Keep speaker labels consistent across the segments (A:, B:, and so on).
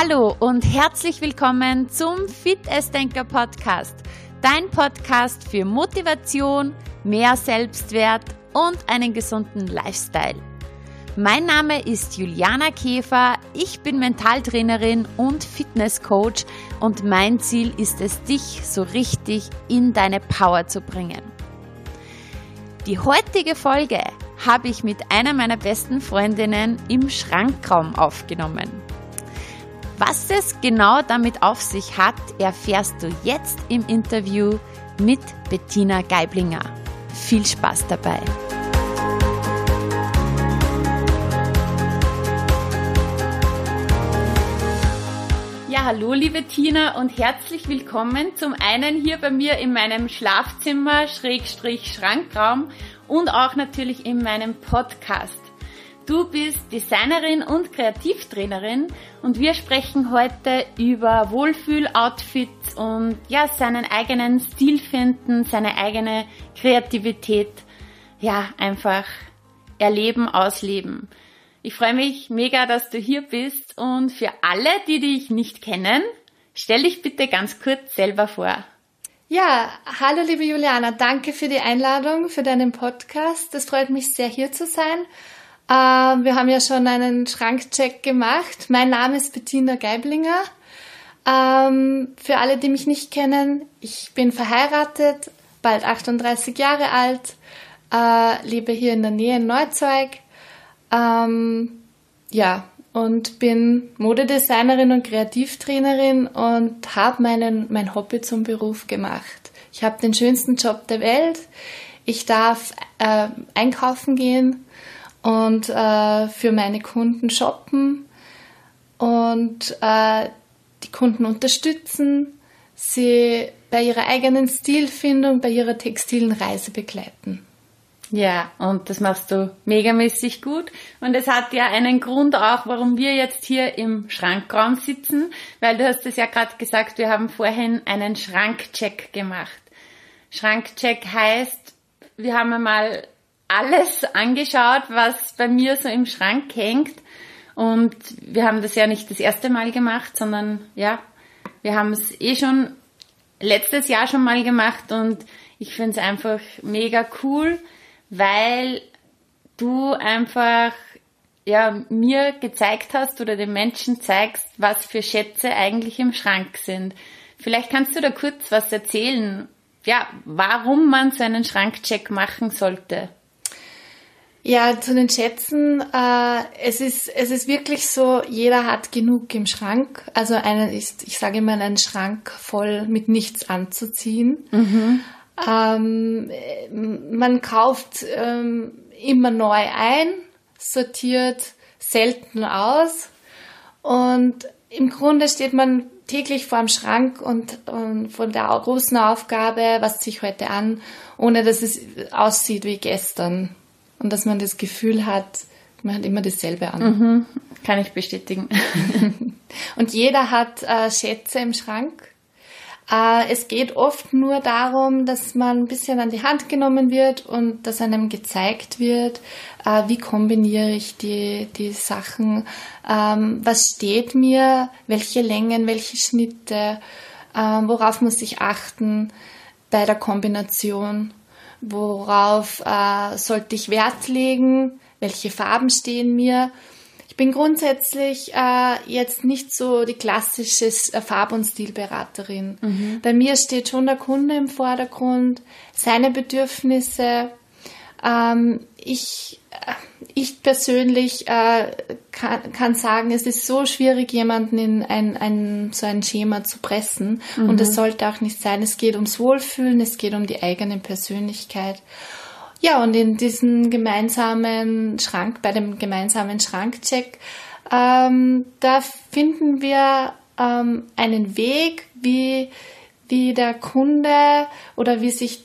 A: Hallo und herzlich willkommen zum Fit-Essdenker Podcast, dein Podcast für Motivation, mehr Selbstwert und einen gesunden Lifestyle. Mein Name ist Juliana Käfer, ich bin Mentaltrainerin und Fitnesscoach und mein Ziel ist es, dich so richtig in deine Power zu bringen. Die heutige Folge habe ich mit einer meiner besten Freundinnen im Schrankraum aufgenommen. Was es genau damit auf sich hat, erfährst du jetzt im Interview mit Bettina Geiblinger. Viel Spaß dabei! Ja, hallo liebe Tina und herzlich willkommen zum einen hier bei mir in meinem Schlafzimmer Schrankraum und auch natürlich in meinem Podcast. Du bist Designerin und Kreativtrainerin und wir sprechen heute über Wohlfühl-Outfits und ja, seinen eigenen Stil finden, seine eigene Kreativität, ja, einfach erleben, ausleben. Ich freue mich mega, dass du hier bist und für alle, die dich nicht kennen, stell dich bitte ganz kurz selber vor.
B: Ja, hallo liebe Juliana, danke für die Einladung, für deinen Podcast. Es freut mich sehr, hier zu sein. Wir haben ja schon einen Schrankcheck gemacht. Mein Name ist Bettina Geiblinger. Für alle, die mich nicht kennen, ich bin verheiratet, bald 38 Jahre alt, lebe hier in der Nähe in Neuzeug. Und bin Modedesignerin und Kreativtrainerin und habe mein Hobby zum Beruf gemacht. Ich habe den schönsten Job der Welt. Ich darf einkaufen gehen und für meine Kunden shoppen und die Kunden unterstützen, sie bei ihrer eigenen Stilfindung, bei ihrer textilen Reise begleiten.
A: Ja, und das machst du megamäßig gut. Und es hat ja einen Grund auch, warum wir jetzt hier im Schrankraum sitzen, weil du hast es ja gerade gesagt, wir haben vorhin einen Schrankcheck gemacht. Schrankcheck heißt, wir haben einmal alles angeschaut, was bei mir so im Schrank hängt. Und wir haben das ja nicht das erste Mal gemacht, sondern ja, wir haben es schon letztes Jahr schon mal gemacht und ich finde es einfach mega cool, weil du einfach mir gezeigt hast oder den Menschen zeigst, was für Schätze eigentlich im Schrank sind. Vielleicht kannst du da kurz was erzählen, warum man so einen Schrankcheck machen sollte.
B: Ja, zu den Schätzen, es ist wirklich so, jeder hat genug im Schrank. Also ich sage immer, einen Schrank voll mit nichts anzuziehen. Mhm. Man kauft immer neu ein, sortiert selten aus und im Grunde steht man täglich vor dem Schrank und von der großen Aufgabe, was ziehe ich heute an, ohne dass es aussieht wie gestern und dass man das Gefühl hat, man hat immer dasselbe an.
A: Mhm, kann ich bestätigen.
B: Und jeder hat Schätze im Schrank. Es geht oft nur darum, dass man ein bisschen an die Hand genommen wird und dass einem gezeigt wird, wie kombiniere ich die Sachen, was steht mir, welche Längen, welche Schnitte, worauf muss ich achten bei der Kombination, worauf sollte ich Wert legen, welche Farben stehen mir. Ich bin grundsätzlich jetzt nicht so die klassische Farb- und Stilberaterin. Mhm. Bei mir steht schon der Kunde im Vordergrund, seine Bedürfnisse. Ich persönlich kann sagen, es ist so schwierig, jemanden in so ein Schema zu pressen. Mhm. Und es sollte auch nicht sein. Es geht ums Wohlfühlen, es geht um die eigene Persönlichkeit. Ja, und in diesem gemeinsamen Schrank, bei dem gemeinsamen Schrankcheck, da finden wir einen Weg, wie der Kunde oder wie sich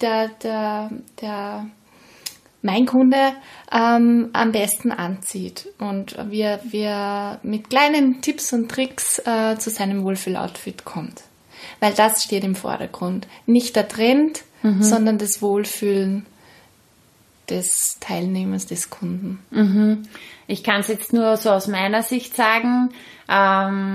B: mein Kunde am besten anzieht. Und wir mit kleinen Tipps und Tricks zu seinem Wohlfühl-Outfit kommt. Weil das steht im Vordergrund. Nicht der Trend, sondern das Wohlfühlen des Teilnehmers, des Kunden.
A: Ich kann es jetzt nur so aus meiner Sicht sagen,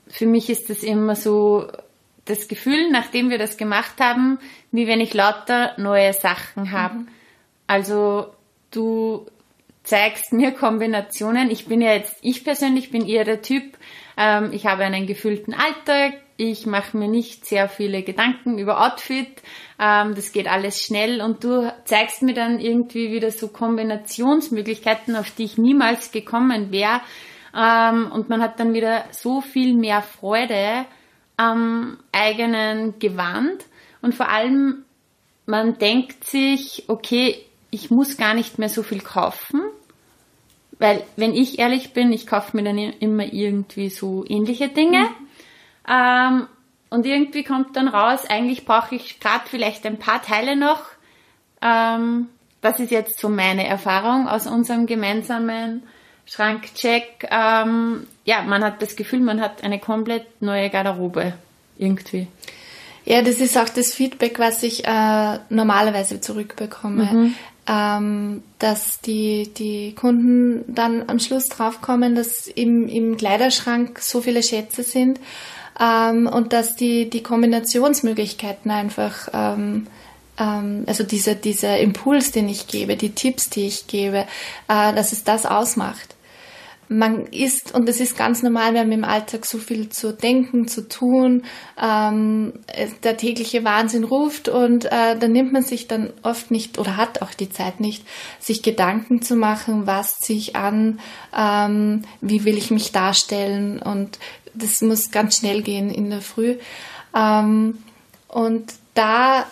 A: für mich ist das immer so das Gefühl, nachdem wir das gemacht haben, wie wenn ich lauter neue Sachen habe. Also du zeigst mir Kombinationen. Ich persönlich bin eher der Typ, ich habe einen gefüllten Alltag, ich mache mir nicht sehr viele Gedanken über Outfit, das geht alles schnell und du zeigst mir dann irgendwie wieder so Kombinationsmöglichkeiten, auf die ich niemals gekommen wäre, und man hat dann wieder so viel mehr Freude am eigenen Gewand und vor allem man denkt sich, okay, ich muss gar nicht mehr so viel kaufen, weil, wenn ich ehrlich bin, ich kaufe mir dann immer irgendwie so ähnliche Dinge. Und irgendwie kommt dann raus, eigentlich brauche ich gerade vielleicht ein paar Teile noch. Das ist jetzt so meine Erfahrung aus unserem gemeinsamen Schrankcheck. Man hat das Gefühl, man hat eine komplett neue Garderobe irgendwie.
B: Ja, das ist auch das Feedback, was ich normalerweise zurückbekomme. Dass die Kunden dann am Schluss draufkommen, dass im Kleiderschrank so viele Schätze sind und dass die Kombinationsmöglichkeiten einfach, also dieser Impuls, den ich gebe, die Tipps, die ich gebe, dass es das ausmacht. Und es ist ganz normal, wir haben im Alltag so viel zu denken, zu tun, der tägliche Wahnsinn ruft und da nimmt man sich dann oft nicht oder hat auch die Zeit nicht, sich Gedanken zu machen, was ziehe ich an, wie will ich mich darstellen, und das muss ganz schnell gehen in der Früh. Und da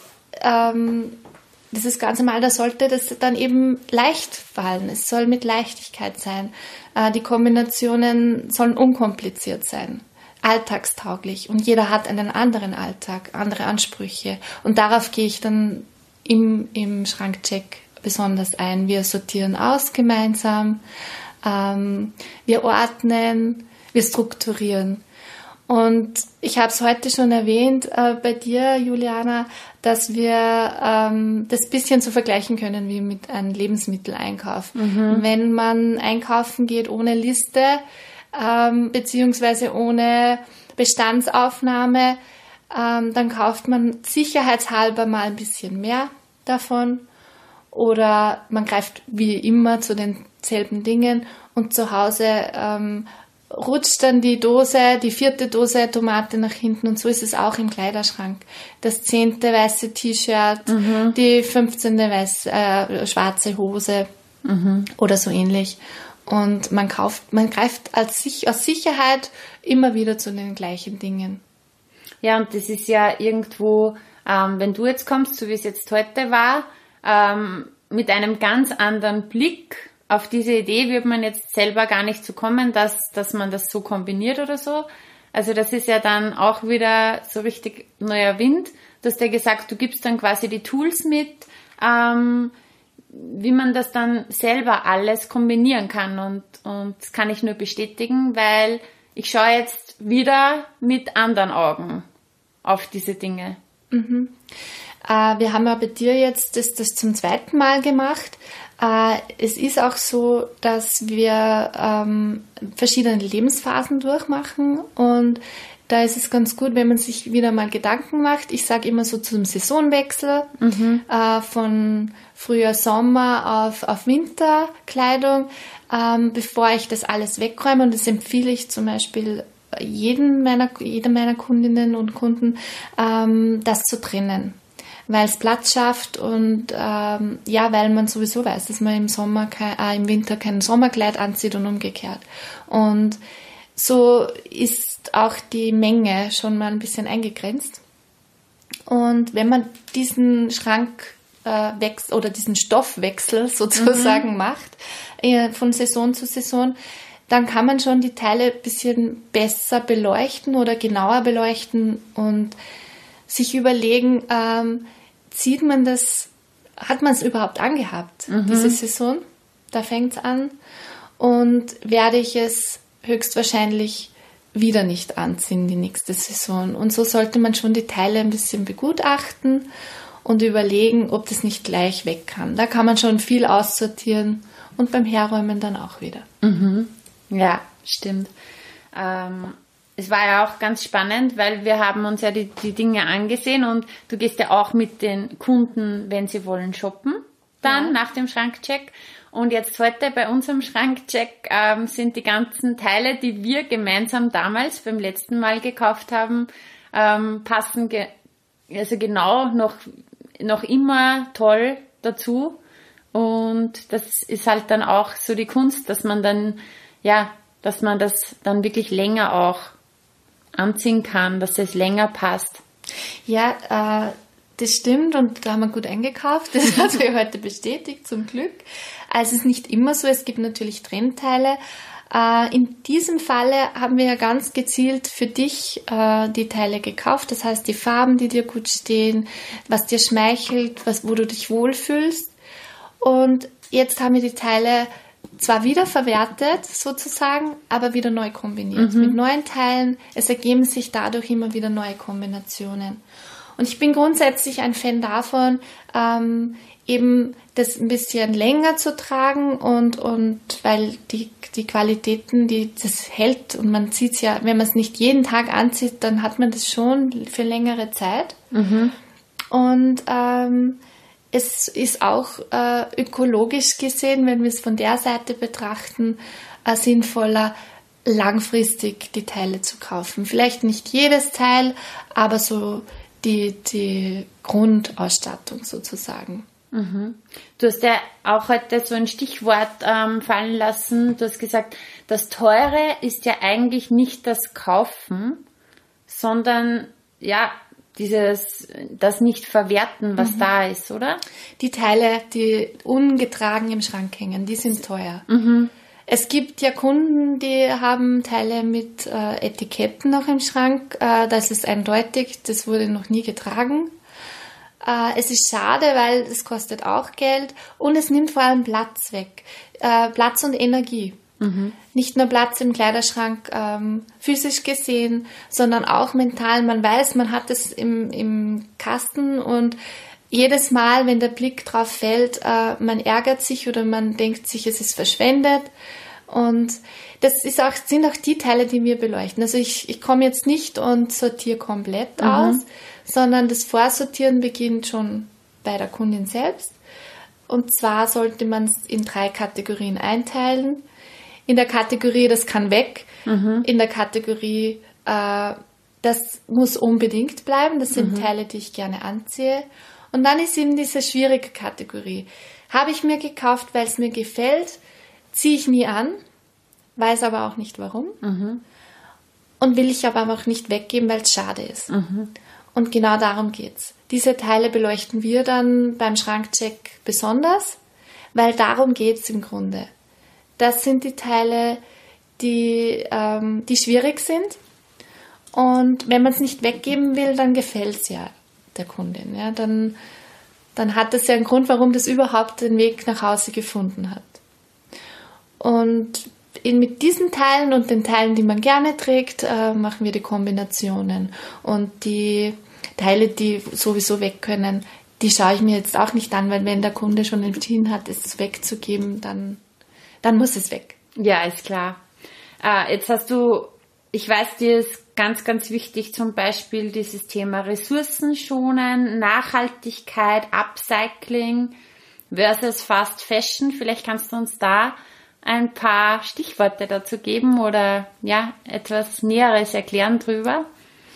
B: das ist ganz normal, da sollte das dann eben leicht fallen. Es soll mit Leichtigkeit sein. Die Kombinationen sollen unkompliziert sein, alltagstauglich. Und jeder hat einen anderen Alltag, andere Ansprüche. Und darauf gehe ich dann im Schrankcheck besonders ein. Wir sortieren aus gemeinsam, wir ordnen, wir strukturieren. Und ich habe es heute schon erwähnt bei dir, Juliana, dass wir das bisschen so vergleichen können wie mit einem Lebensmitteleinkauf. Wenn man einkaufen geht ohne Liste beziehungsweise ohne Bestandsaufnahme, dann kauft man sicherheitshalber mal ein bisschen mehr davon oder man greift wie immer zu denselben Dingen und zu Hause rutscht dann die 4. Dose Tomate nach hinten, und so ist es auch im Kleiderschrank. Das 10. weiße T-Shirt, die 15. schwarze Hose oder so ähnlich. Und man greift aus Sicherheit immer wieder zu den gleichen Dingen.
A: Ja, und das ist ja irgendwo, wenn du jetzt kommst, so wie es jetzt heute war, mit einem ganz anderen Blick auf diese Idee wird man jetzt selber gar nicht so kommen, dass man das so kombiniert oder so. Also das ist ja dann auch wieder so richtig neuer Wind. Du hast ja gesagt, du gibst dann quasi die Tools mit, wie man das dann selber alles kombinieren kann. Und das kann ich nur bestätigen, weil ich schaue jetzt wieder mit anderen Augen auf diese Dinge.
B: Wir haben ja bei dir jetzt das zum 2. Mal gemacht. Es ist auch so, dass wir verschiedene Lebensphasen durchmachen, und da ist es ganz gut, wenn man sich wieder mal Gedanken macht. Ich sage immer so zum Saisonwechsel von Frühjahr, Sommer auf Winterkleidung, bevor ich das alles wegräume, und das empfehle ich zum Beispiel jeder meiner Kundinnen und Kunden, das zu trennen, weil es Platz schafft und weil man sowieso weiß, dass man im Winter kein Sommerkleid anzieht und umgekehrt. Und so ist auch die Menge schon mal ein bisschen eingegrenzt. Und wenn man diesen Schrankwechsel oder diesen Stoffwechsel sozusagen macht, von Saison zu Saison, dann kann man schon die Teile ein bisschen besser beleuchten oder genauer beleuchten und sich überlegen, hat man es überhaupt angehabt, diese Saison? Da fängt es an. Und werde ich es höchstwahrscheinlich wieder nicht anziehen, die nächste Saison. Und so sollte man schon die Teile ein bisschen begutachten und überlegen, ob das nicht gleich weg kann. Da kann man schon viel aussortieren und beim Herräumen dann auch wieder.
A: Ja, stimmt. es war ja auch ganz spannend, weil wir haben uns ja die Dinge angesehen und du gehst ja auch mit den Kunden, wenn sie wollen, shoppen, dann nach dem Schrankcheck. Und jetzt heute bei unserem Schrankcheck sind die ganzen Teile, die wir gemeinsam damals beim letzten Mal gekauft haben, passen also genau noch immer toll dazu. Und das ist halt dann auch so die Kunst, dass man dann, dass man das dann wirklich länger auch anziehen kann, dass es länger passt.
B: Ja, das stimmt und da haben wir gut eingekauft. Das hat sich heute bestätigt, zum Glück. Also es ist nicht immer so, es gibt natürlich Trennteile. In diesem Falle haben wir ja ganz gezielt für dich die Teile gekauft. Das heißt, die Farben, die dir gut stehen, was dir schmeichelt, wo du dich wohlfühlst. Und jetzt haben wir die Teile zwar wieder verwertet, sozusagen, aber wieder neu kombiniert. Mit neuen Teilen. Es ergeben sich dadurch immer wieder neue Kombinationen. Und ich bin grundsätzlich ein Fan davon, eben das ein bisschen länger zu tragen und weil die Qualitäten, das hält und man zieht es ja, wenn man es nicht jeden Tag anzieht, dann hat man das schon für längere Zeit. Und es ist auch ökologisch gesehen, wenn wir es von der Seite betrachten, sinnvoller, langfristig die Teile zu kaufen. Vielleicht nicht jedes Teil, aber so die Grundausstattung sozusagen.
A: Du hast ja auch heute so ein Stichwort fallen lassen. Du hast gesagt, das Teure ist ja eigentlich nicht das Kaufen, sondern das nicht verwerten, was da ist, oder?
B: Die Teile, die ungetragen im Schrank hängen, die sind teuer. Es gibt ja Kunden, die haben Teile mit Etiketten noch im Schrank. Das ist eindeutig, das wurde noch nie getragen. Es ist schade, weil es kostet auch Geld und es nimmt vor allem Platz weg. Platz und Energie. Nicht nur Platz im Kleiderschrank physisch gesehen, sondern auch mental. Man weiß, man hat es im Kasten und jedes Mal, wenn der Blick drauf fällt, man ärgert sich oder man denkt sich, es ist verschwendet. Und das sind auch die Teile, die wir beleuchten. Also ich komme jetzt nicht und sortiere komplett aus, sondern das Vorsortieren beginnt schon bei der Kundin selbst. Und zwar sollte man es in 3 Kategorien einteilen. In der Kategorie, das kann weg. In der Kategorie, das muss unbedingt bleiben. Das sind Teile, die ich gerne anziehe. Und dann ist eben diese schwierige Kategorie. Habe ich mir gekauft, weil es mir gefällt, ziehe ich nie an, weiß aber auch nicht warum. Und will ich aber auch nicht weggeben, weil es schade ist. Und genau darum geht's. Diese Teile beleuchten wir dann beim Schrankcheck besonders, weil darum geht's im Grunde. Das sind die Teile, die schwierig sind. Und wenn man es nicht weggeben will, dann gefällt es ja der Kundin. Ja? Dann hat das ja einen Grund, warum das überhaupt den Weg nach Hause gefunden hat. Und mit diesen Teilen und den Teilen, die man gerne trägt, machen wir die Kombinationen. Und die Teile, die sowieso weg können, die schaue ich mir jetzt auch nicht an, weil wenn der Kunde schon entschieden hat, es wegzugeben, dann muss es weg.
A: Ja, ist klar. Jetzt hast du, ich weiß, dir ist ganz, ganz wichtig zum Beispiel dieses Thema Ressourcen schonen, Nachhaltigkeit, Upcycling versus Fast Fashion. Vielleicht kannst du uns da ein paar Stichworte dazu geben oder etwas Näheres erklären drüber.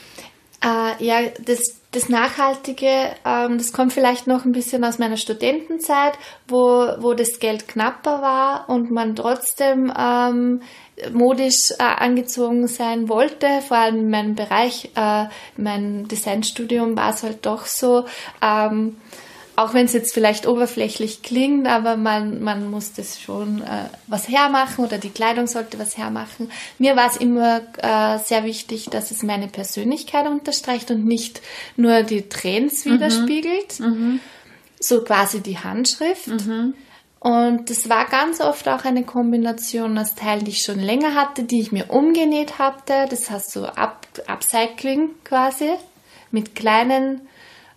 B: Das Nachhaltige, das kommt vielleicht noch ein bisschen aus meiner Studentenzeit, wo das Geld knapper war und man trotzdem modisch angezogen sein wollte. Vor allem in meinem Bereich, mein Designstudium war es halt doch so, auch wenn es jetzt vielleicht oberflächlich klingt, aber man muss das schon was hermachen oder die Kleidung sollte was hermachen. Mir war es immer sehr wichtig, dass es meine Persönlichkeit unterstreicht und nicht nur die Trends widerspiegelt. So quasi die Handschrift. Und das war ganz oft auch eine Kombination aus Teilen, die ich schon länger hatte, die ich mir umgenäht hatte. Das heißt so Upcycling quasi mit kleinen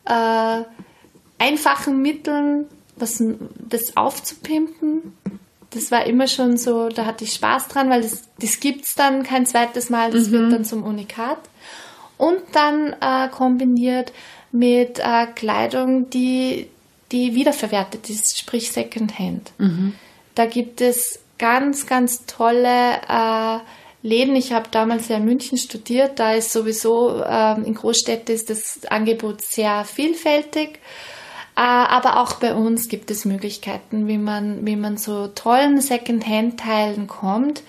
B: einfachen Mitteln, das aufzupimpen Das war immer schon so, da hatte ich Spaß dran, weil das gibt's dann kein zweites Mal, das wird dann zum Unikat. Und dann kombiniert mit Kleidung, die wiederverwertet ist, sprich Secondhand. Da gibt es ganz, ganz tolle Läden. Ich habe damals ja in München studiert, da ist sowieso in Großstädten ist das Angebot sehr vielfältig. Aber auch bei uns gibt es Möglichkeiten, wie man so tollen Secondhand-Teilen kommt.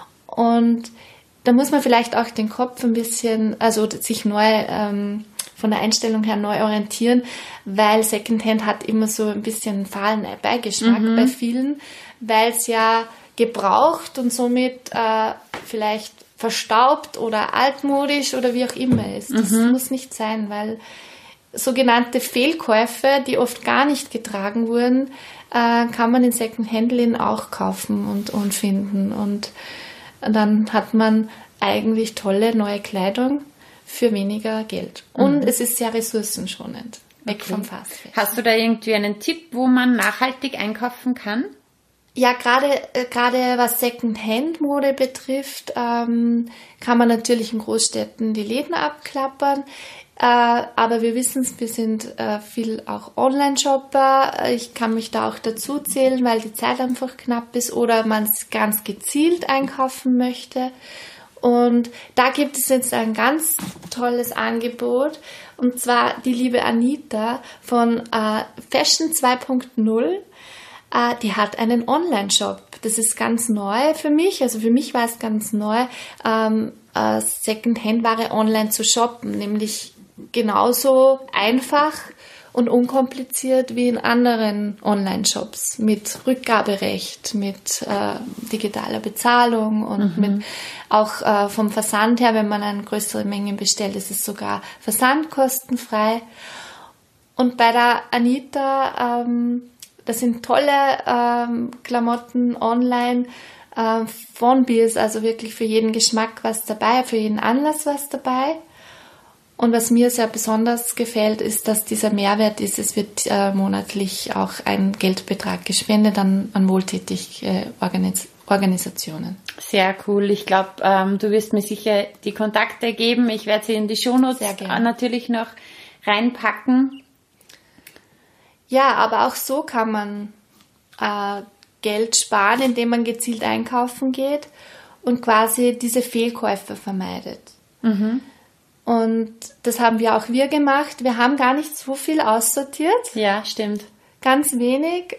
B: Und da muss man vielleicht auch den Kopf ein bisschen, also sich neu, von der Einstellung her neu orientieren, weil Secondhand hat immer so ein bisschen einen fahlen Beigeschmack bei vielen, weil es ja gebraucht und somit vielleicht verstaubt oder altmodisch oder wie auch immer ist. Das muss nicht sein, weil sogenannte Fehlkäufe, die oft gar nicht getragen wurden, kann man in Secondhand-Läden auch kaufen und finden. Und dann hat man eigentlich tolle neue Kleidung für weniger Geld. Und es ist sehr ressourcenschonend. Weg vom Fast Fashion.
A: Hast du da irgendwie einen Tipp, wo man nachhaltig einkaufen kann?
B: Ja, gerade was Secondhand-Mode betrifft, kann man natürlich in Großstädten die Läden abklappern. Aber wir wissen es, wir sind viel auch Online-Shopper. Ich kann mich da auch dazu zählen, weil die Zeit einfach knapp ist oder man es ganz gezielt einkaufen möchte. Und da gibt es jetzt ein ganz tolles Angebot. Und zwar die liebe Anita von Fashion 2.0. Die hat einen Online-Shop. Das ist ganz neu für mich. Also für mich war es ganz neu, Secondhand-Ware online zu shoppen, nämlich genauso einfach und unkompliziert wie in anderen Online-Shops mit Rückgaberecht, mit digitaler Bezahlung und mit auch vom Versand her, wenn man eine größere Menge bestellt, ist es sogar versandkostenfrei. Und bei der Anita, das sind tolle Klamotten online von bis, also wirklich für jeden Geschmack was dabei, für jeden Anlass was dabei. Und was mir sehr besonders gefällt, ist, dass dieser Mehrwert ist, es wird monatlich auch ein Geldbetrag gespendet an wohltätige Organisationen.
A: Sehr cool. Ich glaube, du wirst mir sicher die Kontakte geben. Ich werde sie in die Shownotes natürlich noch reinpacken.
B: Ja, aber auch so kann man Geld sparen, indem man gezielt einkaufen geht und quasi diese Fehlkäufe vermeidet. Und das haben wir gemacht. Wir haben gar nicht so viel aussortiert.
A: Ja, stimmt.
B: Ganz wenig,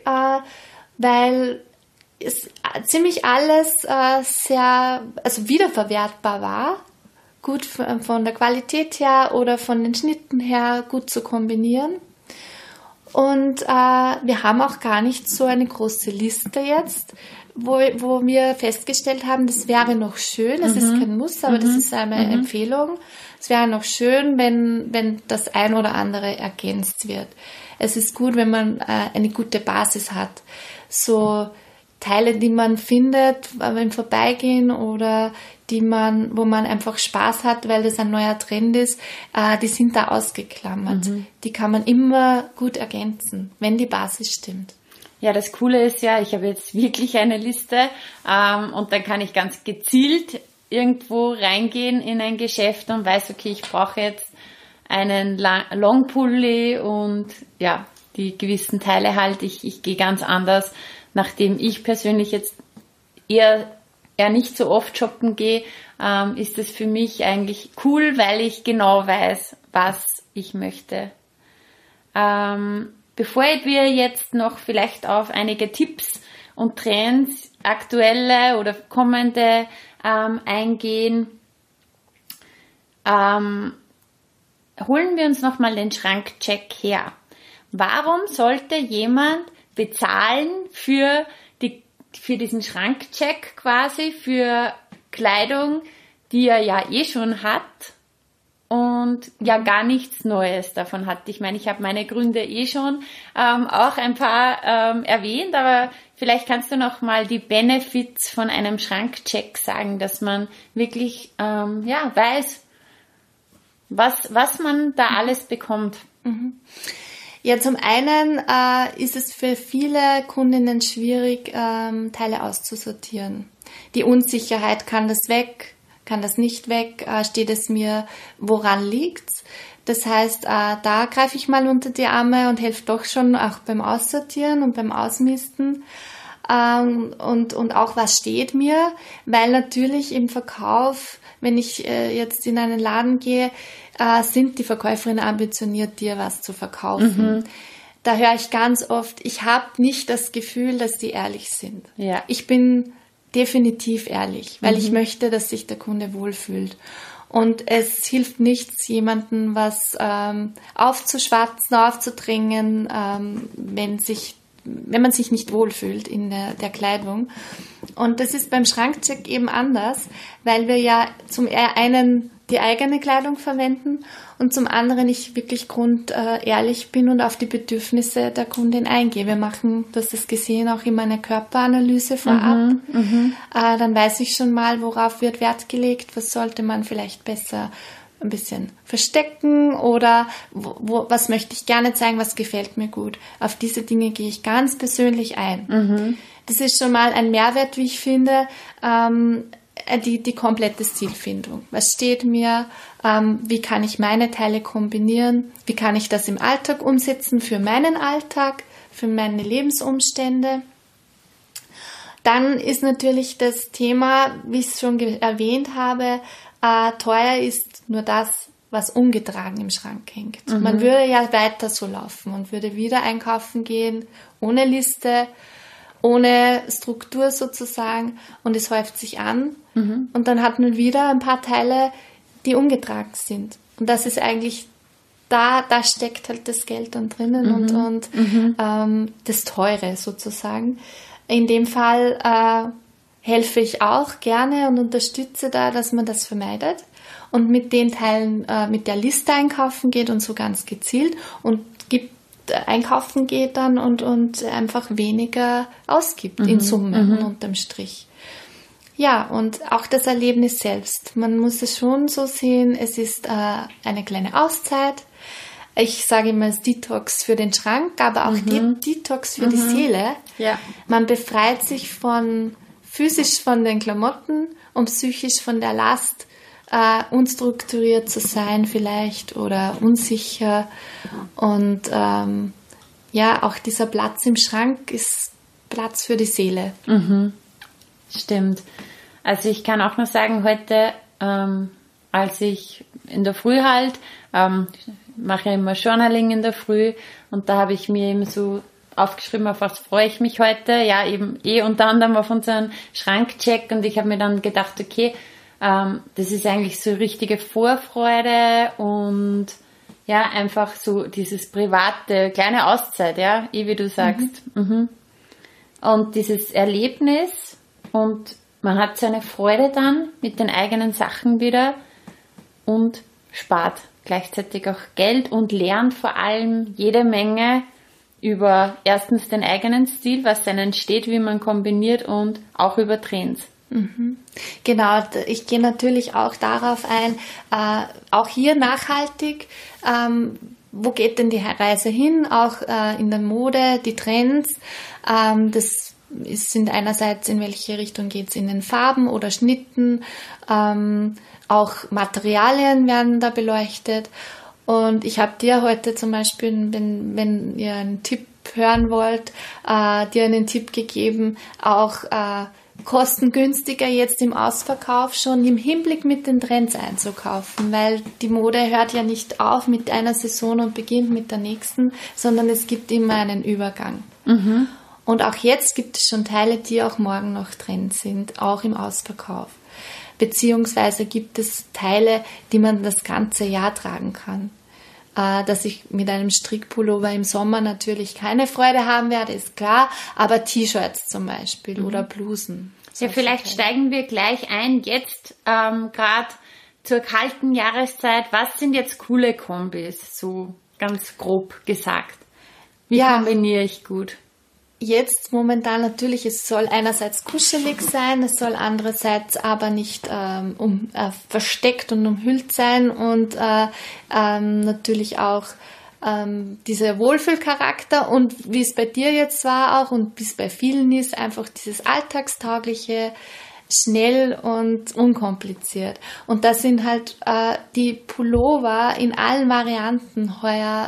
B: weil es ziemlich alles sehr wiederverwertbar war. Gut von der Qualität her oder von den Schnitten her gut zu kombinieren. Und wir haben auch gar nicht so eine große Liste jetzt, wo wir festgestellt haben, das wäre noch schön. Es ist kein Muss, aber das ist eine Empfehlung. Es wäre noch schön, wenn das ein oder andere ergänzt wird. Es ist gut, wenn man eine gute Basis hat. So Teile, die man findet beim Vorbeigehen oder wo man einfach Spaß hat, weil das ein neuer Trend ist, die sind da ausgeklammert. Die kann man immer gut ergänzen, wenn die Basis stimmt.
A: Ja, das Coole ist ja, ich habe jetzt wirklich eine Liste und dann kann ich ganz gezielt irgendwo reingehen in ein Geschäft und weiß, okay, ich brauche jetzt einen Longpulli und ja, die gewissen Teile halt. Ich gehe ganz anders, nachdem ich persönlich jetzt eher nicht so oft shoppen gehe, ist es für mich eigentlich cool, weil ich genau weiß, was ich möchte. Bevor wir jetzt noch vielleicht auf einige Tipps und Trends, aktuelle oder kommende eingehen, holen wir uns nochmal den Schrankcheck her. Warum sollte jemand bezahlen für diesen Schrankcheck quasi, für Kleidung, die er ja eh schon hat und ja gar nichts Neues davon hat? Ich meine, ich habe meine Gründe eh schon auch ein paar erwähnt, aber vielleicht kannst du noch mal die Benefits von einem Schrankcheck sagen, dass man wirklich weiß, was man da alles bekommt.
B: Ja, zum einen ist es für viele Kundinnen schwierig, Teile auszusortieren. Die Unsicherheit, kann das weg, kann das nicht weg, steht es mir, woran liegt's? Das heißt, da greife ich mal unter die Arme und helfe doch schon auch beim Aussortieren und beim Ausmisten. Und auch, was steht mir, weil natürlich im Verkauf, wenn ich jetzt in einen Laden gehe, sind die Verkäuferinnen ambitioniert, dir was zu verkaufen. Mhm. Da höre ich ganz oft, ich habe nicht das Gefühl, dass die ehrlich sind. Ja. Ich bin definitiv ehrlich, weil ich möchte, dass sich der Kunde wohlfühlt. Und es hilft nichts, jemanden was aufzuschwatzen, aufzudrängen, wenn man sich nicht wohlfühlt in der Kleidung. Und das ist beim Schrankcheck eben anders, weil wir ja zum einen die eigene Kleidung verwenden und zum anderen ich wirklich ehrlich bin und auf die Bedürfnisse der Kundin eingehe. Wir machen, du hast das gesehen, auch immer eine Körperanalyse vorab. Dann weiß ich schon mal, worauf wird Wert gelegt, was sollte man vielleicht besser ein bisschen verstecken oder was möchte ich gerne zeigen, was gefällt mir gut. Auf diese Dinge gehe ich ganz persönlich ein. Das ist schon mal ein Mehrwert, wie ich finde, die komplette Stilfindung. Was steht mir? Wie kann ich meine Teile kombinieren? Wie kann ich das im Alltag umsetzen für meinen Alltag, für meine Lebensumstände? Dann ist natürlich das Thema, wie ich es schon erwähnt habe, teuer ist nur das, was ungetragen im Schrank hängt. Man würde ja weiter so laufen und würde wieder einkaufen gehen, ohne Liste, ohne Struktur sozusagen, und es häuft sich an und dann hat man wieder ein paar Teile, die ungetragen sind. Und das ist eigentlich, da steckt halt das Geld dann drinnen und das Teure sozusagen. In dem Fall helfe ich auch gerne und unterstütze da, dass man das vermeidet und mit den Teilen mit der Liste einkaufen geht und so ganz gezielt und einkaufen geht dann und einfach weniger ausgibt in Summe und unterm Strich. Ja, und auch das Erlebnis selbst. Man muss es schon so sehen, es ist eine kleine Auszeit. Ich sage immer, es ist Detox für den Schrank, aber auch Detox für die Seele. Ja. Man befreit sich physisch von den Klamotten und psychisch von der Last, unstrukturiert zu sein vielleicht oder unsicher. Und auch dieser Platz im Schrank ist Platz für die Seele.
A: Stimmt. Also ich kann auch noch sagen, heute, als ich in der Früh mache ja immer Journaling in der Früh und da habe ich mir eben so aufgeschrieben, auf was freue ich mich heute, ja eben unter anderem auf unseren Schrankcheck, und ich habe mir dann gedacht, okay, das ist eigentlich so richtige Vorfreude und ja, einfach so dieses private, kleine Auszeit, ja, wie du sagst. Und dieses Erlebnis und man hat so eine Freude dann mit den eigenen Sachen wieder und spart gleichzeitig auch Geld und lernt vor allem jede Menge über erstens den eigenen Stil, was dann entsteht, wie man kombiniert, und auch über Trends.
B: Genau, ich gehe natürlich auch darauf ein, auch hier nachhaltig, wo geht denn die Reise hin, auch in der Mode, die Trends, das sind einerseits, in welche Richtung geht es in den Farben oder Schnitten, auch Materialien werden da beleuchtet. Und ich habe dir heute zum Beispiel, wenn ihr einen Tipp hören wollt, dir einen Tipp gegeben, auch kostengünstiger jetzt im Ausverkauf schon im Hinblick mit den Trends einzukaufen, weil die Mode hört ja nicht auf mit einer Saison und beginnt mit der nächsten, sondern es gibt immer einen Übergang. Und auch jetzt gibt es schon Teile, die auch morgen noch Trend sind, auch im Ausverkauf. Beziehungsweise gibt es Teile, die man das ganze Jahr tragen kann. Dass ich mit einem Strickpullover im Sommer natürlich keine Freude haben werde, ist klar, aber T-Shirts zum Beispiel oder Blusen.
A: Ja, vielleicht steigen wir gleich ein, jetzt gerade zur kalten Jahreszeit. Was sind jetzt coole Kombis, so ganz grob gesagt? Wie kombiniere ich gut?
B: Jetzt momentan natürlich, es soll einerseits kuschelig sein, es soll andererseits aber nicht versteckt und umhüllt sein und natürlich auch dieser Wohlfühlcharakter und wie es bei dir jetzt war auch und wie es bei vielen ist, einfach dieses Alltagstaugliche, schnell und unkompliziert. Und das sind halt die Pullover in allen Varianten heuer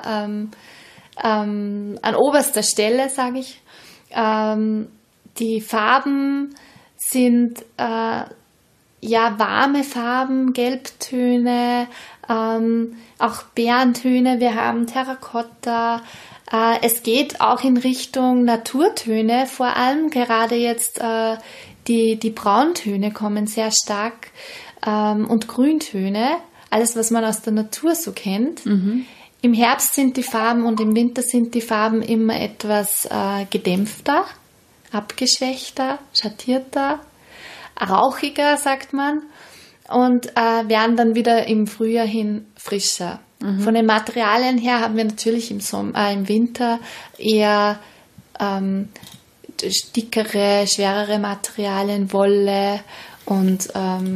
B: an oberster Stelle, sage ich. Die Farben sind warme Farben, Gelbtöne, auch Bärentöne, wir haben Terrakotta. Es geht auch in Richtung Naturtöne, vor allem gerade jetzt die Brauntöne kommen sehr stark und Grüntöne, alles was man aus der Natur so kennt. Mhm. Im Herbst sind die Farben und im Winter sind die Farben immer etwas gedämpfter, abgeschwächter, schattierter, rauchiger, sagt man, und werden dann wieder im Frühjahr hin frischer. Mhm. Von den Materialien her haben wir natürlich im Winter eher dickere, schwerere Materialien, Wolle, und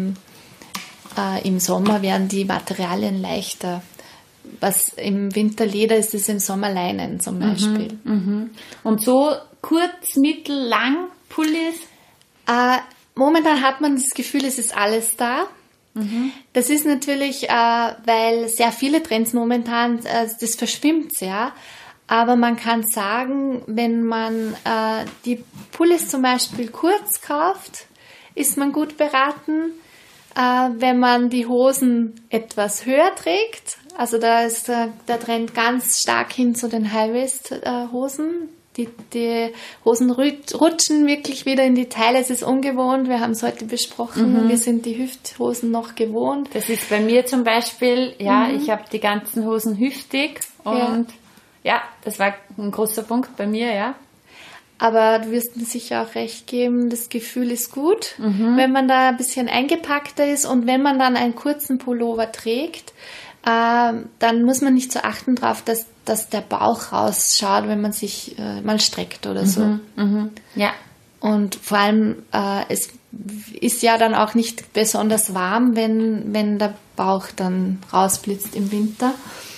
B: im Sommer werden die Materialien leichter. Was im Winter Leder ist, ist im Sommer Leinen zum Beispiel.
A: Mhm. Und so kurz, mittel, lang Pullis?
B: Momentan hat man das Gefühl, es ist alles da. Mhm. Das ist natürlich, weil sehr viele Trends momentan, das verschwimmt sehr. Aber man kann sagen, wenn man die Pullis zum Beispiel kurz kauft, ist man gut beraten. Wenn man die Hosen etwas höher trägt, also da ist der Trend ganz stark hin zu den High-Waist-Hosen. Die Hosen rutschen wirklich wieder in die Teile. Es ist ungewohnt. Wir haben es heute besprochen. Mhm. Wir sind die Hüfthosen noch gewohnt.
A: Das ist bei mir zum Beispiel, ich habe die ganzen Hosen hüftig und das war ein großer Punkt bei mir, ja.
B: Aber du wirst mir sicher auch recht geben, das Gefühl ist gut, wenn man da ein bisschen eingepackter ist, und wenn man dann einen kurzen Pullover trägt, dann muss man nicht so achten drauf, dass der Bauch rausschaut, wenn man sich mal streckt oder so.
A: Ja.
B: Und vor allem, es ist ja dann auch nicht besonders warm, wenn der Bauch dann rausblitzt im Winter.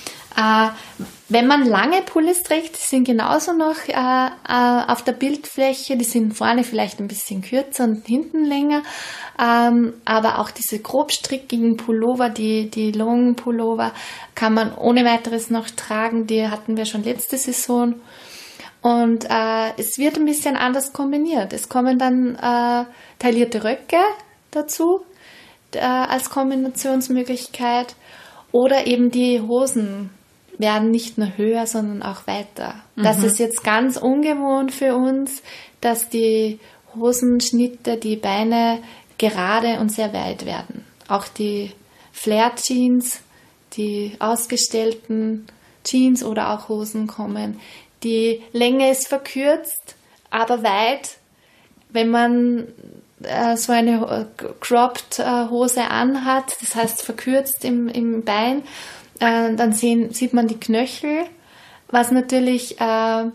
B: Wenn man lange Pullis trägt, die sind genauso noch auf der Bildfläche, die sind vorne vielleicht ein bisschen kürzer und hinten länger, aber auch diese grobstrickigen Pullover, die Long Pullover, kann man ohne weiteres noch tragen, die hatten wir schon letzte Saison, und es wird ein bisschen anders kombiniert. Es kommen dann taillierte Röcke dazu als Kombinationsmöglichkeit, oder eben die Hosen werden nicht nur höher, sondern auch weiter. Das ist jetzt ganz ungewohnt für uns, dass die Hosenschnitte, die Beine gerade und sehr weit werden. Auch die Flare-Jeans, die ausgestellten Jeans oder auch Hosen kommen. Die Länge ist verkürzt, aber weit. Wenn man so eine cropped Hose anhat, das heißt verkürzt im Bein, dann sieht man die Knöchel, was natürlich dann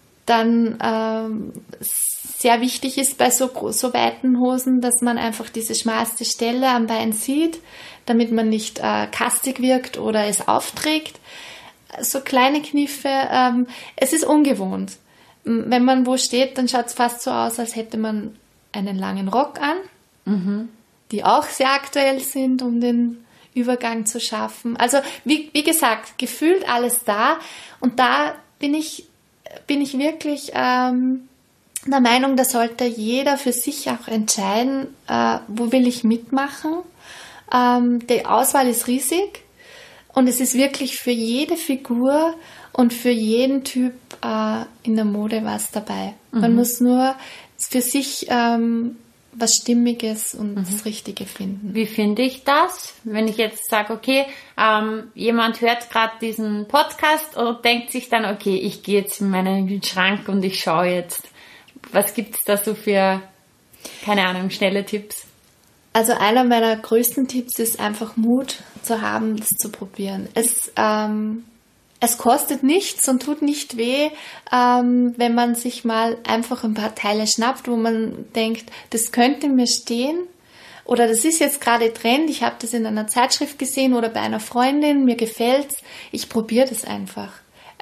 B: sehr wichtig ist bei so weiten Hosen, dass man einfach diese schmalste Stelle am Bein sieht, damit man nicht kastig wirkt oder es aufträgt. So kleine Kniffe, es ist ungewohnt. Wenn man wo steht, dann schaut es fast so aus, als hätte man einen langen Rock an, die auch sehr aktuell sind, um den Übergang zu schaffen. Also wie gesagt, gefühlt alles da, und da bin ich wirklich der Meinung, da sollte jeder für sich auch entscheiden, wo will ich mitmachen. Die Auswahl ist riesig und es ist wirklich für jede Figur und für jeden Typ in der Mode was dabei. Man muss nur für sich was Stimmiges und das Richtige finden.
A: Wie finde ich das? Wenn ich jetzt sage, okay, jemand hört gerade diesen Podcast und denkt sich dann, okay, ich gehe jetzt in meinen Schrank und ich schaue jetzt. Was gibt es da so für, keine Ahnung, schnelle Tipps?
B: Also einer meiner größten Tipps ist einfach Mut zu haben, das zu probieren. Es kostet nichts und tut nicht weh, wenn man sich mal einfach ein paar Teile schnappt, wo man denkt, das könnte mir stehen oder das ist jetzt gerade Trend, ich habe das in einer Zeitschrift gesehen oder bei einer Freundin, mir gefällt's, ich probiere das einfach.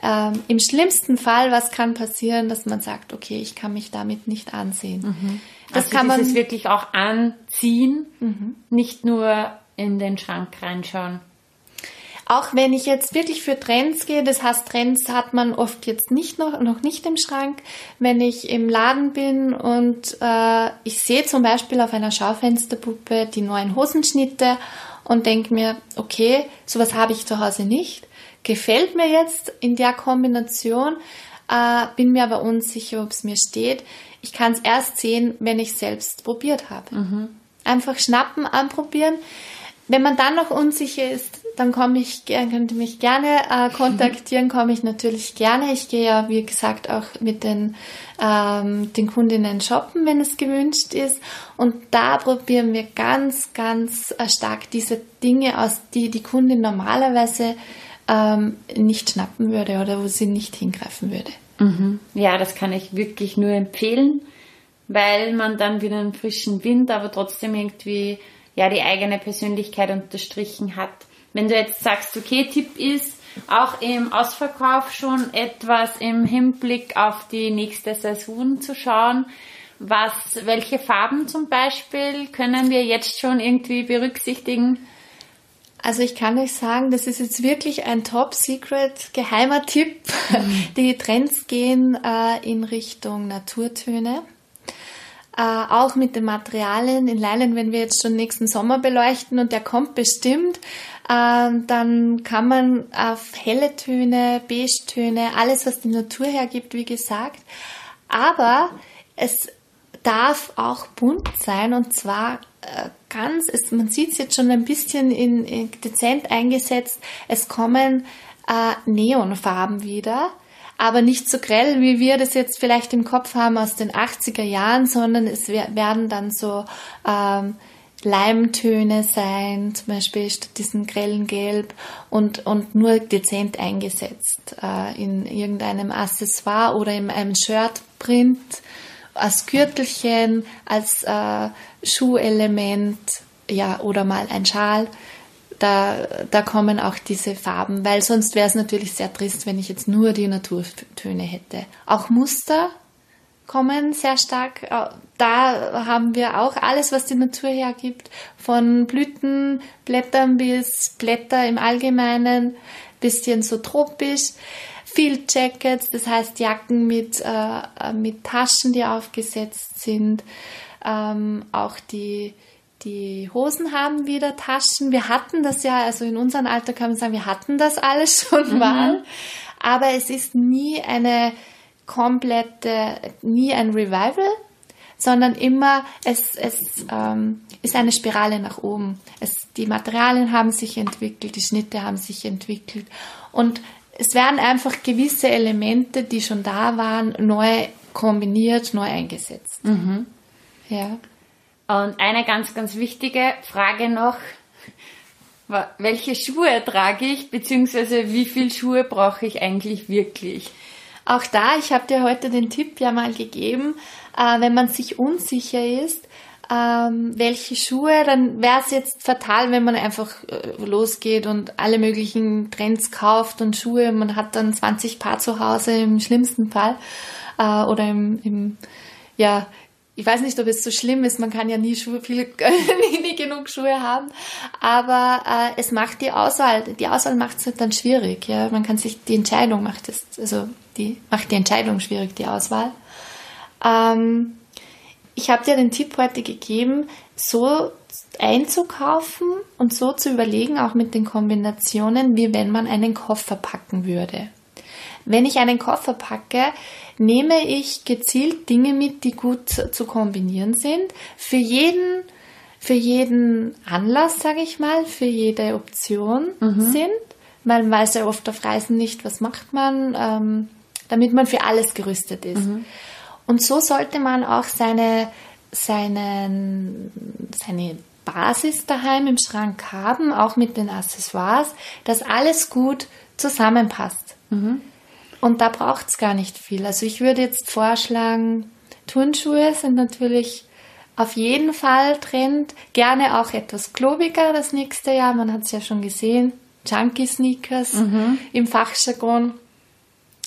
B: im schlimmsten Fall, was kann passieren, dass man sagt, okay, ich kann mich damit nicht ansehen. Das
A: also
B: kann man
A: dieses wirklich auch anziehen, nicht nur in den Schrank reinschauen.
B: Auch wenn ich jetzt wirklich für Trends gehe, das heißt, Trends hat man oft jetzt noch nicht im Schrank. Wenn ich im Laden bin und ich sehe zum Beispiel auf einer Schaufensterpuppe die neuen Hosenschnitte und denke mir, okay, sowas habe ich zu Hause nicht. Gefällt mir jetzt in der Kombination, bin mir aber unsicher, ob es mir steht. Ich kann es erst sehen, wenn ich es selbst probiert habe. Einfach schnappen, anprobieren. Wenn man dann noch unsicher ist, dann könnt ihr mich gerne kontaktieren, komme ich natürlich gerne. Ich gehe ja, wie gesagt, auch mit den Kundinnen shoppen, wenn es gewünscht ist. Und da probieren wir ganz, ganz stark diese Dinge aus, die die Kundin normalerweise nicht schnappen würde oder wo sie nicht hingreifen würde.
A: Ja, das kann ich wirklich nur empfehlen, weil man dann wieder einen frischen Wind, aber trotzdem irgendwie ja die eigene Persönlichkeit unterstrichen hat. Wenn du jetzt sagst, okay, Tipp ist, auch im Ausverkauf schon etwas im Hinblick auf die nächste Saison zu schauen, welche Farben zum Beispiel können wir jetzt schon irgendwie berücksichtigen?
B: Also ich kann euch sagen, das ist jetzt wirklich ein Top-Secret, geheimer Tipp. Die Trends gehen in Richtung Naturtöne. Auch mit den Materialien in Leinen, wenn wir jetzt schon nächsten Sommer beleuchten und der kommt bestimmt, dann kann man auf helle Töne, Beige-Töne, alles was die Natur hergibt, wie gesagt. Aber es darf auch bunt sein und zwar man sieht es jetzt schon ein bisschen in dezent eingesetzt, es kommen Neonfarben wieder, aber nicht so grell, wie wir das jetzt vielleicht im Kopf haben aus den 80er Jahren, sondern es werden dann so Leimtöne sein, zum Beispiel statt diesem grellen Gelb und nur dezent eingesetzt in irgendeinem Accessoire oder in einem Shirtprint, als Gürtelchen, als Schuhelement, ja, oder mal ein Schal. Da kommen auch diese Farben, weil sonst wäre es natürlich sehr trist, wenn ich jetzt nur die Naturtöne hätte. Auch Muster kommen sehr stark. Da haben wir auch alles, was die Natur hergibt, von Blütenblättern bis Blätter im Allgemeinen, bisschen so tropisch. Field Jackets, das heißt Jacken mit Taschen, die aufgesetzt sind. Auch die Hosen haben wieder Taschen. Wir hatten das ja, also in unserem Alter kann man sagen, wir hatten das alles schon mal. Aber es ist nie ein Revival, sondern immer, es ist eine Spirale nach oben. Die Materialien haben sich entwickelt, die Schnitte haben sich entwickelt und es werden einfach gewisse Elemente, die schon da waren, neu kombiniert, neu eingesetzt. Ja.
A: Und eine ganz, ganz wichtige Frage noch, welche Schuhe trage ich, beziehungsweise wie viele Schuhe brauche ich eigentlich wirklich?
B: Auch da, ich habe dir heute den Tipp ja mal gegeben, wenn man sich unsicher ist, welche Schuhe, dann wäre es jetzt fatal, wenn man einfach losgeht und alle möglichen Trends kauft und Schuhe, man hat dann 20 Paar zu Hause im schlimmsten Fall oder ich weiß nicht, ob es so schlimm ist, man kann ja nie genug Schuhe haben, aber es macht die Auswahl macht es halt dann schwierig, ja, man kann sich, die Entscheidung macht die Entscheidung schwierig, die Auswahl. Ich habe dir den Tipp heute gegeben, so einzukaufen und so zu überlegen, auch mit den Kombinationen, wie wenn man einen Koffer packen würde. Wenn ich einen Koffer packe, nehme ich gezielt Dinge mit, die gut zu kombinieren sind. Für jeden Anlass, sage ich mal, für jede Option sind. Man weiß ja oft auf Reisen nicht, was macht man, damit man für alles gerüstet ist. Und so sollte man auch seine Basis daheim im Schrank haben, auch mit den Accessoires, dass alles gut zusammenpasst. Und da braucht es gar nicht viel. Also ich würde jetzt vorschlagen, Turnschuhe sind natürlich auf jeden Fall Trend. Gerne auch etwas klobiger das nächste Jahr. Man hat es ja schon gesehen. Chunky Sneakers im Fachjargon.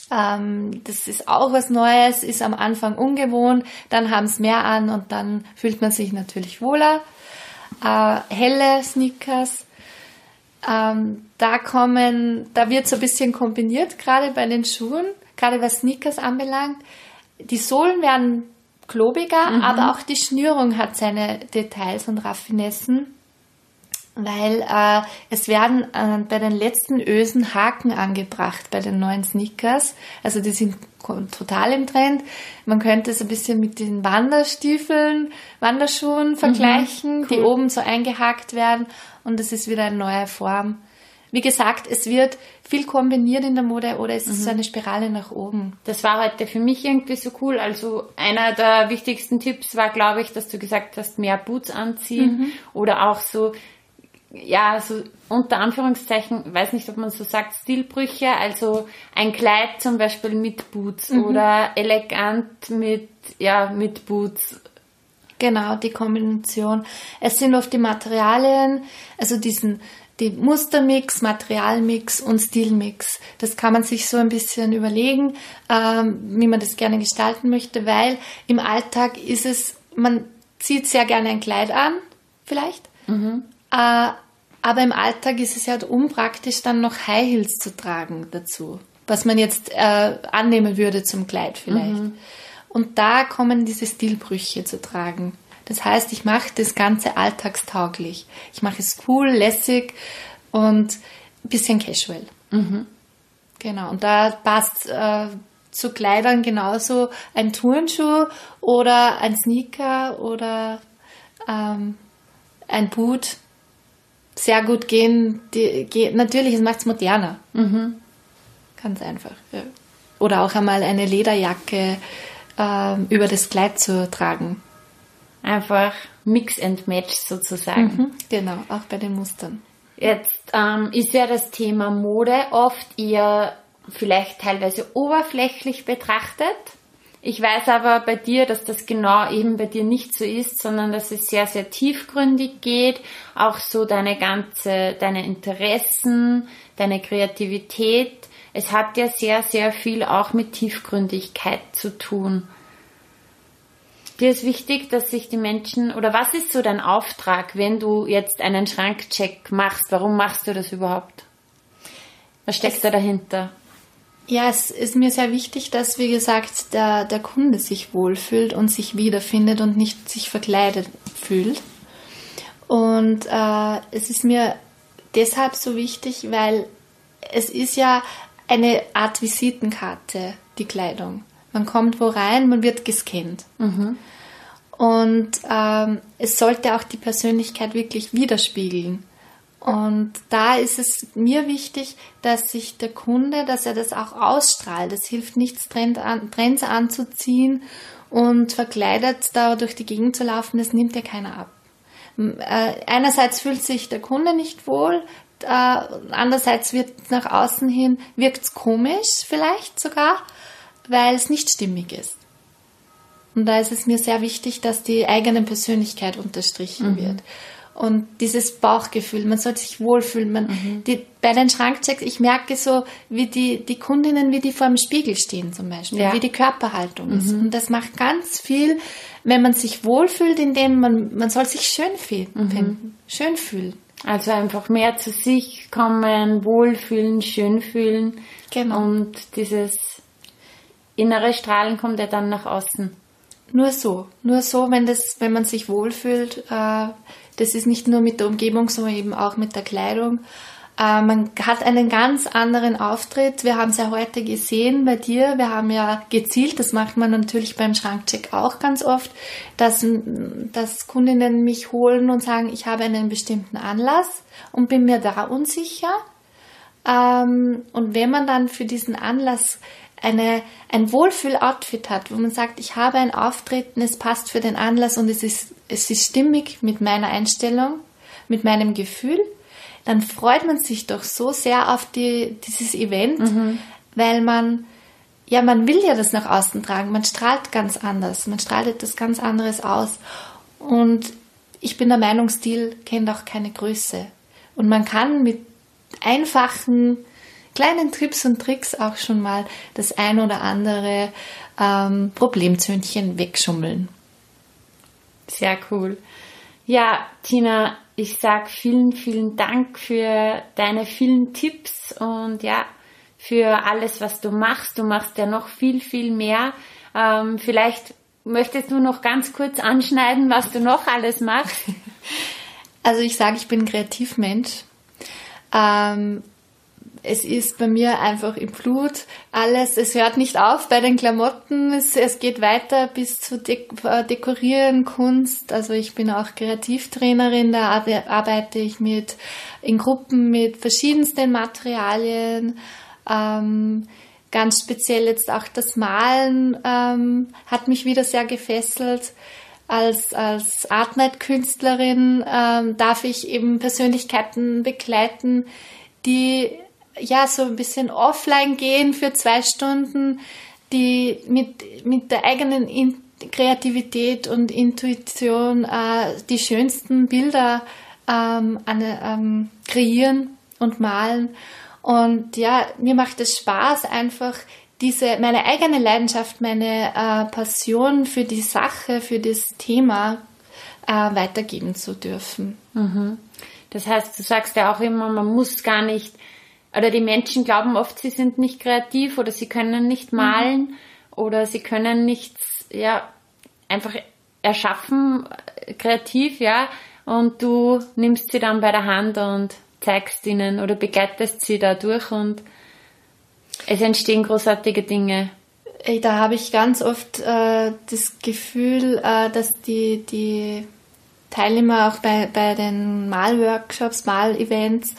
B: Das ist auch was Neues, ist am Anfang ungewohnt, dann haben es mehr an und dann fühlt man sich natürlich wohler. Helle Sneakers, da wird so ein bisschen kombiniert, gerade bei den Schuhen, gerade was Sneakers anbelangt. Die Sohlen werden klobiger, aber auch die Schnürung hat seine Details und Raffinessen, weil es werden bei den letzten Ösen Haken angebracht bei den neuen Sneakers. Also die sind total im Trend. Man könnte es ein bisschen mit den Wanderschuhen vergleichen,
A: cool.
B: Die oben so eingehakt werden und es ist wieder eine neue Form. Wie gesagt, es wird viel kombiniert in der Mode oder es ist so eine Spirale nach oben.
A: Das war heute für mich irgendwie so cool. Also einer der wichtigsten Tipps war, glaube ich, dass du gesagt hast, mehr Boots anziehen oder auch so, ja, so unter Anführungszeichen, weiß nicht, ob man so sagt, Stilbrüche, also ein Kleid zum Beispiel mit Boots oder elegant mit Boots.
B: Genau, die Kombination. Es sind oft die Materialien, also die Mustermix, Materialmix und Stilmix. Das kann man sich so ein bisschen überlegen, wie man das gerne gestalten möchte, weil im Alltag ist es, man zieht sehr gerne ein Kleid an, vielleicht, aber im Alltag ist es ja unpraktisch, dann noch High Heels zu tragen dazu, was man jetzt annehmen würde zum Kleid vielleicht. Und da kommen diese Stilbrüche zu tragen. Das heißt, ich mache das Ganze alltagstauglich. Ich mache es cool, lässig und ein bisschen casual. Genau, und da passt zu Kleidern genauso ein Turnschuh oder ein Sneaker oder ein Boot sehr gut gehen. Natürlich, es macht es moderner. Ganz einfach. Ja. Oder auch einmal eine Lederjacke über das Kleid zu tragen.
A: Einfach Mix and Match sozusagen.
B: Genau, auch bei den Mustern.
A: Jetzt ist ja das Thema Mode oft eher vielleicht teilweise oberflächlich betrachtet. Ich weiß aber bei dir, dass das genau eben bei dir nicht so ist, sondern dass es sehr, sehr tiefgründig geht. Auch so deine Interessen, deine Kreativität. Es hat ja sehr, sehr viel auch mit Tiefgründigkeit zu tun. Dir ist wichtig, dass sich die Menschen, oder was ist so dein Auftrag, wenn du jetzt einen Schrankcheck machst? Warum machst du das überhaupt? Was steckt da dahinter?
B: Ja, es ist mir sehr wichtig, dass, wie gesagt, der Kunde sich wohlfühlt und sich wiederfindet und nicht sich verkleidet fühlt. Und es ist mir deshalb so wichtig, weil es ist ja eine Art Visitenkarte, die Kleidung. Man kommt wo rein, man wird gescannt. Und es sollte auch die Persönlichkeit wirklich widerspiegeln. Und da ist es mir wichtig, dass sich der Kunde, dass er das auch ausstrahlt. Es hilft nichts, Trends anzuziehen und verkleidet da durch die Gegend zu laufen. Das nimmt ja keiner ab. Einerseits fühlt sich der Kunde nicht wohl, andererseits wird nach außen hin, wirkt es komisch vielleicht sogar, weil es nicht stimmig ist. Und da ist es mir sehr wichtig, dass die eigene Persönlichkeit unterstrichen wird. Und dieses Bauchgefühl, man soll sich wohlfühlen. Bei den Schrankchecks, ich merke so, wie die Kundinnen, wie die vor dem Spiegel stehen zum Beispiel, wie die Körperhaltung ist. Und das macht ganz viel, wenn man sich wohlfühlt, indem man soll sich schön finden, schön fühlen.
A: Also einfach mehr zu sich kommen, wohlfühlen, schön fühlen.
B: Genau.
A: Und dieses innere Strahlen kommt ja dann nach außen.
B: Nur so, wenn man sich wohlfühlt, das ist nicht nur mit der Umgebung, sondern eben auch mit der Kleidung. Man hat einen ganz anderen Auftritt. Wir haben es ja heute gesehen bei dir. Wir haben ja gezielt, das macht man natürlich beim Schrankcheck auch ganz oft, dass Kundinnen mich holen und sagen, ich habe einen bestimmten Anlass und bin mir da unsicher. Und wenn man dann für diesen Anlass ein Wohlfühl-Outfit hat, wo man sagt, ich habe ein Auftreten, es passt für den Anlass und es ist stimmig mit meiner Einstellung, mit meinem Gefühl, dann freut man sich doch so sehr auf dieses Event, weil man will ja das nach außen tragen, man strahlt ganz anders, man strahlt etwas ganz anderes aus. Und ich bin der Meinung, Stil kennt auch keine Größe. Und man kann mit einfachen kleinen Tipps und Tricks auch schon mal das ein oder andere Problemzöhnchen wegschummeln.
A: Sehr cool. Ja, Tina, ich sag vielen, vielen Dank für deine vielen Tipps und ja, für alles, was du machst. Du machst ja noch viel, viel mehr. Vielleicht möchtest du noch ganz kurz anschneiden, was du noch alles machst?
B: Also ich sage, ich bin ein Kreativmensch. Es ist bei mir einfach im Blut alles. Es hört nicht auf bei den Klamotten. Es geht weiter bis zu Dekorieren, Kunst. Also ich bin auch Kreativtrainerin. Da arbeite ich in Gruppen mit verschiedensten Materialien. Ganz speziell jetzt auch das Malen hat mich wieder sehr gefesselt. Als Art Night Künstlerin darf ich eben Persönlichkeiten begleiten, die ja so ein bisschen offline gehen für 2 Stunden, die mit der eigenen Kreativität und Intuition die schönsten Bilder kreieren und malen. Und ja, mir macht es Spaß, einfach meine eigene Leidenschaft, meine Passion für die Sache, für das Thema weitergeben zu dürfen.
A: Mhm. Das heißt, du sagst ja auch immer, man muss gar nicht, oder die Menschen glauben oft, sie sind nicht kreativ oder sie können nicht malen oder sie können nichts, ja, einfach erschaffen, kreativ, ja, und du nimmst sie dann bei der Hand und zeigst ihnen oder begleitest sie dadurch und es entstehen großartige Dinge.
B: Da habe ich ganz oft das Gefühl, dass die Teilnehmer auch bei den Malworkshops, Malevents,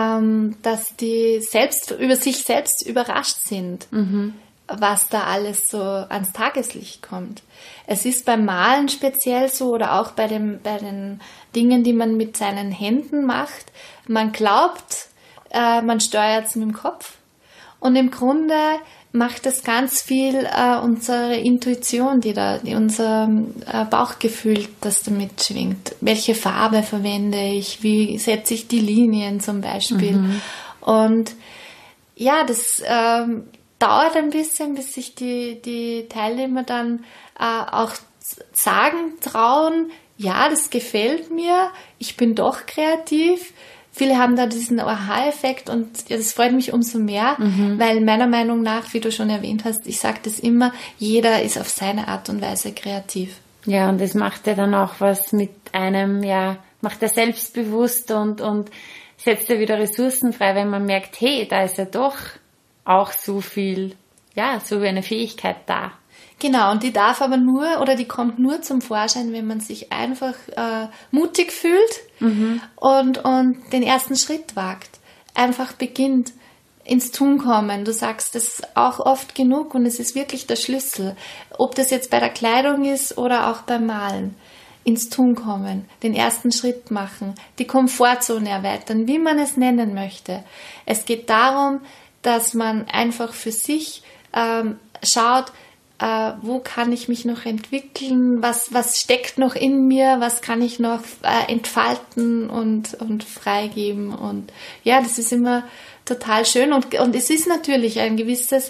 B: dass die über sich selbst überrascht sind, was da alles so ans Tageslicht kommt. Es ist beim Malen speziell so oder auch bei den Dingen, die man mit seinen Händen macht. Man glaubt, man steuert es mit dem Kopf und im Grunde macht es ganz viel unsere Intuition, unser Bauchgefühl, das damit schwingt. Welche Farbe verwende ich? Wie setze ich die Linien zum Beispiel? Und ja, das dauert ein bisschen, bis sich die Teilnehmer dann auch sagen, trauen, ja, das gefällt mir, ich bin doch kreativ. Viele haben da diesen Aha-Effekt und das freut mich umso mehr, weil meiner Meinung nach, wie du schon erwähnt hast, ich sage das immer, jeder ist auf seine Art und Weise kreativ.
A: Ja, und das macht ja dann auch was mit einem, ja, macht er selbstbewusst und setzt ja wieder Ressourcen frei, wenn man merkt, hey, da ist ja doch auch so viel, ja, so wie eine Fähigkeit da.
B: Genau, und die die kommt nur zum Vorschein, wenn man sich einfach mutig fühlt und den ersten Schritt wagt. Einfach beginnt, ins Tun kommen. Du sagst das auch oft genug und es ist wirklich der Schlüssel. Ob das jetzt bei der Kleidung ist oder auch beim Malen. Ins Tun kommen, den ersten Schritt machen, die Komfortzone erweitern, wie man es nennen möchte. Es geht darum, dass man einfach für sich schaut, wo kann ich mich noch entwickeln, was steckt noch in mir, was kann ich noch entfalten und freigeben. Und ja, das ist immer total schön. Und es ist natürlich ein gewisser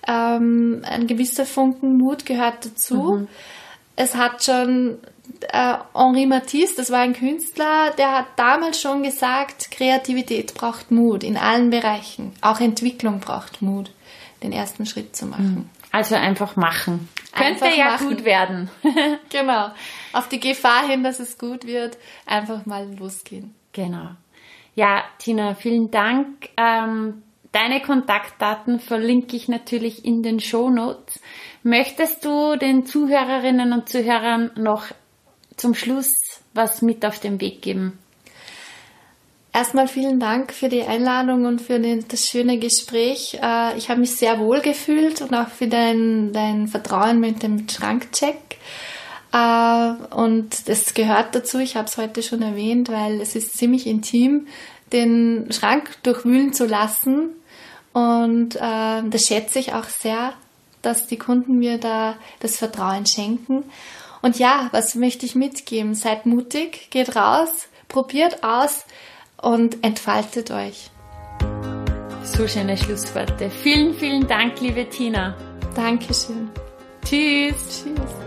B: Funken Mut gehört dazu. Es hat schon Henri Matisse, das war ein Künstler, der hat damals schon gesagt, Kreativität braucht Mut in allen Bereichen. Auch Entwicklung braucht Mut, den ersten Schritt zu machen.
A: Also einfach machen. Könnte ja gut werden.
B: Genau. Auf die Gefahr hin, dass es gut wird, einfach mal losgehen.
A: Genau. Ja, Tina, vielen Dank. Deine Kontaktdaten verlinke ich natürlich in den Shownotes. Möchtest du den Zuhörerinnen und Zuhörern noch zum Schluss was mit auf den Weg geben?
B: Erstmal vielen Dank für die Einladung und für das schöne Gespräch. Ich habe mich sehr wohl gefühlt und auch für dein Vertrauen mit dem Schrankcheck. Und das gehört dazu, ich habe es heute schon erwähnt, weil es ist ziemlich intim, den Schrank durchwühlen zu lassen. Und das schätze ich auch sehr, dass die Kunden mir da das Vertrauen schenken. Und ja, was möchte ich mitgeben? Seid mutig, geht raus, probiert aus und entfaltet euch.
A: So schöne Schlussworte. Vielen, vielen Dank, liebe Tina.
B: Dankeschön.
A: Tschüss.
B: Tschüss.